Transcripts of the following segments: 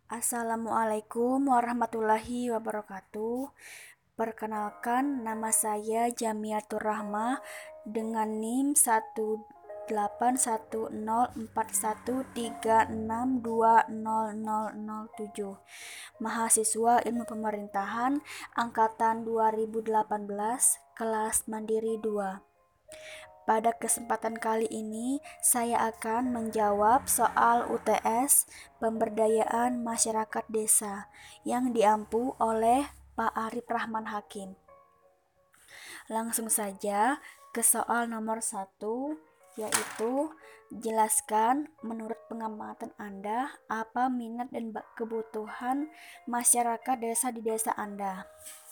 Assalamualaikum warahmatullahi wabarakatuh. Perkenalkan, nama saya Jamiatur Rahmah dengan NIM 1810413620007. Mahasiswa Ilmu Pemerintahan angkatan 2018, kelas Mandiri 2. Pada kesempatan kali ini, saya akan menjawab soal UTS Pemberdayaan Masyarakat Desa yang diampu oleh Pak Arif Rahman Hakim. Langsung saja ke soal nomor 1, yaitu jelaskan menurut pengamatan Anda apa minat dan kebutuhan masyarakat desa di desa Anda.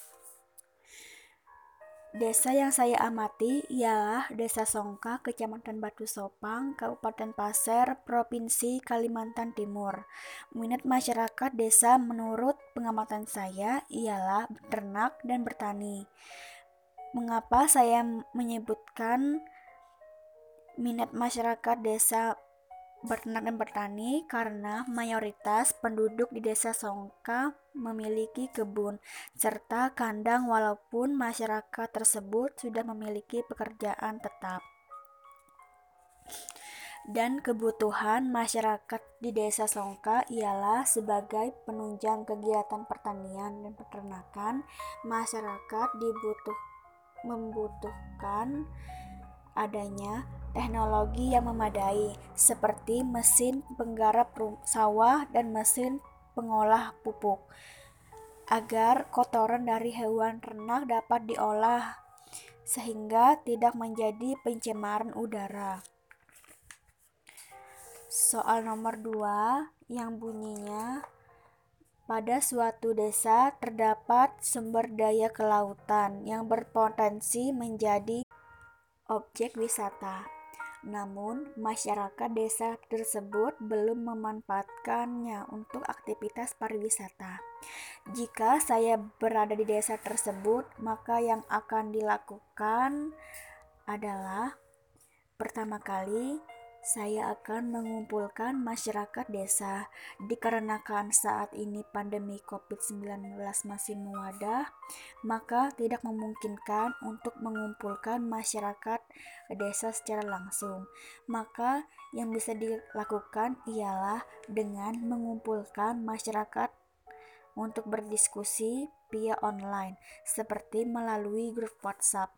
Desa yang saya amati ialah Desa Songka, Kecamatan Batu Sopang, Kabupaten Pasir, Provinsi Kalimantan Timur. Minat masyarakat desa menurut pengamatan saya ialah beternak dan bertani. Mengapa saya menyebutkan minat masyarakat desa beternak dan bertani? Karena mayoritas penduduk di Desa Songka memiliki kebun serta kandang walaupun masyarakat tersebut sudah memiliki pekerjaan tetap. Dan kebutuhan masyarakat di Desa Songka ialah sebagai penunjang kegiatan pertanian dan peternakan, masyarakat membutuhkan adanya teknologi yang memadai seperti mesin penggarap sawah dan mesin pengolah pupuk agar kotoran dari hewan ternak dapat diolah sehingga tidak menjadi pencemaran udara. Soal nomor 2 yang bunyinya, pada suatu desa terdapat sumber daya kelautan yang berpotensi menjadi objek wisata. Namun, masyarakat desa tersebut belum memanfaatkannya untuk aktivitas pariwisata. Jika saya berada di desa tersebut, maka yang akan dilakukan adalah pertama kali saya akan mengumpulkan masyarakat desa. Dikarenakan saat ini pandemi COVID-19 masih mewadah, maka tidak memungkinkan untuk mengumpulkan masyarakat desa secara langsung. Maka yang bisa dilakukan ialah dengan mengumpulkan masyarakat untuk berdiskusi via online, seperti melalui grup WhatsApp.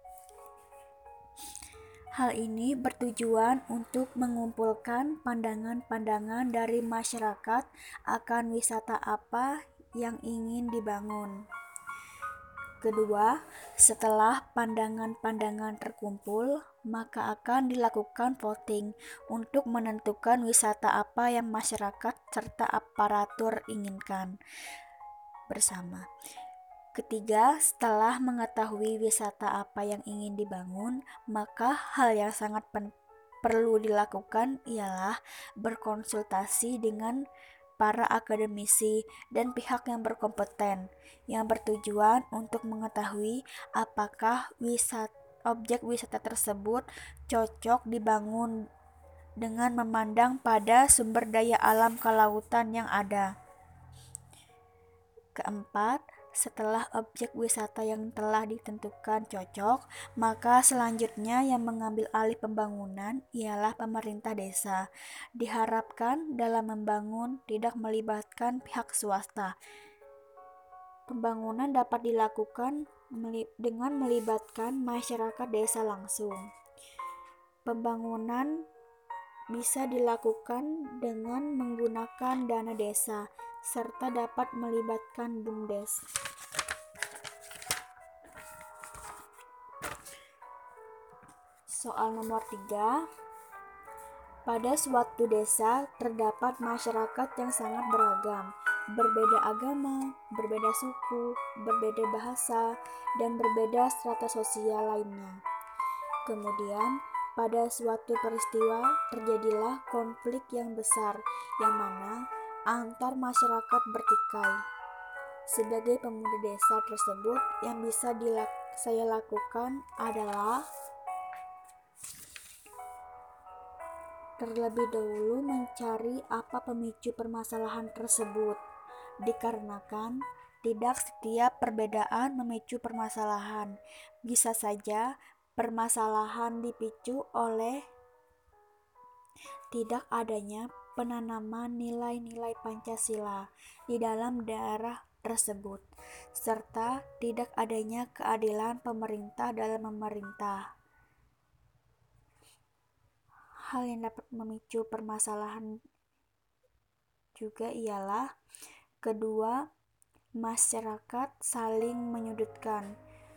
Hal ini bertujuan untuk mengumpulkan pandangan-pandangan dari masyarakat akan wisata apa yang ingin dibangun. Kedua, setelah pandangan-pandangan terkumpul, maka akan dilakukan voting untuk menentukan wisata apa yang masyarakat serta aparatur inginkan bersama. Ketiga, setelah mengetahui wisata apa yang ingin dibangun, maka hal yang sangat perlu dilakukan ialah berkonsultasi dengan para akademisi dan pihak yang berkompeten yang bertujuan untuk mengetahui apakah objek wisata tersebut cocok dibangun dengan memandang pada sumber daya alam kelautan yang ada. Keempat, setelah objek wisata yang telah ditentukan cocok, maka selanjutnya yang mengambil alih pembangunan ialah pemerintah desa. Diharapkan dalam membangun tidak melibatkan pihak swasta. Pembangunan dapat dilakukan dengan melibatkan masyarakat desa langsung. Pembangunan bisa dilakukan dengan menggunakan dana desa, serta dapat melibatkan BUMDes. Soal nomor 3. Pada suatu desa terdapat masyarakat yang sangat beragam, berbeda agama, berbeda suku, berbeda bahasa, dan berbeda strata sosial lainnya. Kemudian, pada suatu peristiwa terjadilah konflik yang besar yang mana antar masyarakat bertikai. Sebagai pemuda desa tersebut, yang bisa saya lakukan adalah terlebih dahulu mencari apa pemicu permasalahan tersebut, dikarenakan tidak setiap perbedaan memicu permasalahan. Bisa saja permasalahan dipicu oleh tidak adanya penanaman nilai-nilai Pancasila di dalam daerah tersebut, serta tidak adanya keadilan pemerintah dalam memerintah. Hal yang dapat memicu permasalahan juga ialah kedua, masyarakat saling menyudutkan.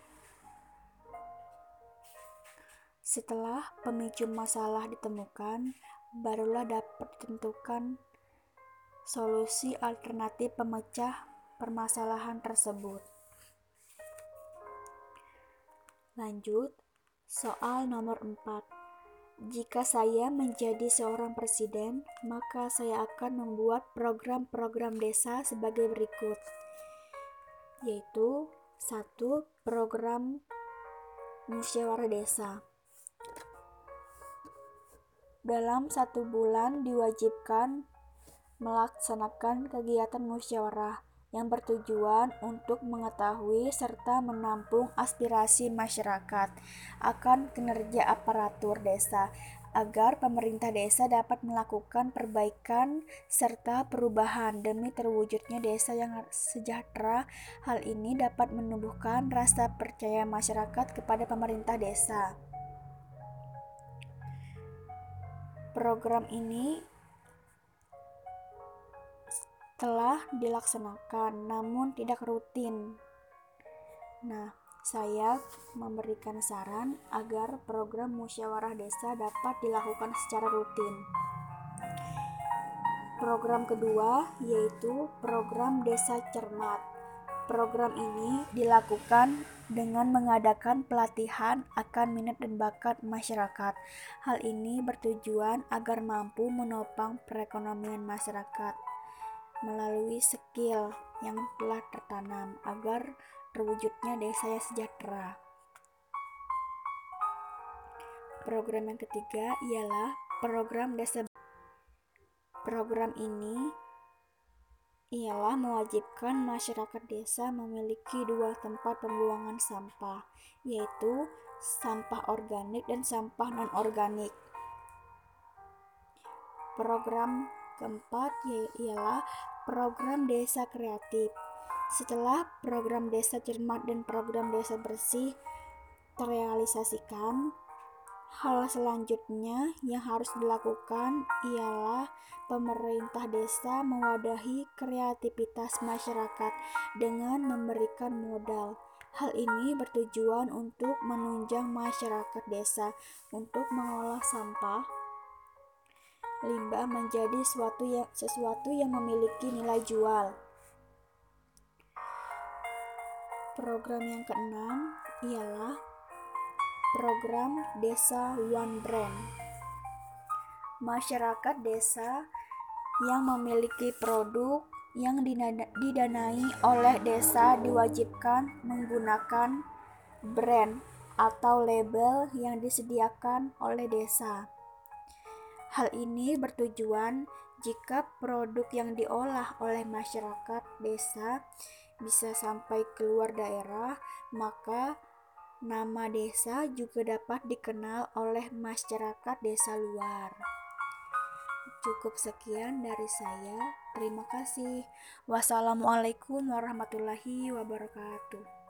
Setelah pemicu masalah ditemukan, barulah dapat ditentukan solusi alternatif pemecah permasalahan tersebut. Lanjut, soal nomor 4. Jika saya menjadi seorang presiden, maka saya akan membuat program-program desa sebagai berikut, yaitu 1. Program musyawarah desa. Dalam 1 bulan diwajibkan melaksanakan kegiatan musyawarah yang bertujuan untuk mengetahui serta menampung aspirasi masyarakat akan kinerja aparatur desa agar pemerintah desa dapat melakukan perbaikan serta perubahan demi terwujudnya desa yang sejahtera. Hal ini dapat menumbuhkan rasa percaya masyarakat kepada pemerintah desa. Program ini telah dilaksanakan namun tidak rutin. Saya memberikan saran agar program musyawarah desa dapat dilakukan secara rutin. Program kedua yaitu program desa cermat. Program ini dilakukan dengan mengadakan pelatihan akan minat dan bakat masyarakat. Hal ini bertujuan agar mampu menopang perekonomian masyarakat melalui skill yang telah tertanam agar terwujudnya desa yang sejahtera. Program yang ketiga ialah program desa. Program ini ialah mewajibkan masyarakat desa memiliki 2 tempat pembuangan sampah, yaitu sampah organik dan sampah non-organik. Program keempat ialah program desa kreatif. Setelah program desa cermat dan program desa bersih terrealisasikan, hal selanjutnya yang harus dilakukan ialah pemerintah desa mewadahi kreativitas masyarakat dengan memberikan modal. Hal ini bertujuan untuk menunjang masyarakat desa untuk mengolah sampah limbah menjadi sesuatu yang memiliki nilai jual. Program yang keenam ialah program Desa One Brand. Masyarakat desa yang memiliki produk yang didanai oleh desa diwajibkan menggunakan brand atau label yang disediakan oleh desa. Hal ini bertujuan jika produk yang diolah oleh masyarakat desa bisa sampai keluar daerah, maka nama desa juga dapat dikenal oleh masyarakat desa luar. Cukup sekian dari saya. Terima kasih. Wassalamualaikum warahmatullahi wabarakatuh.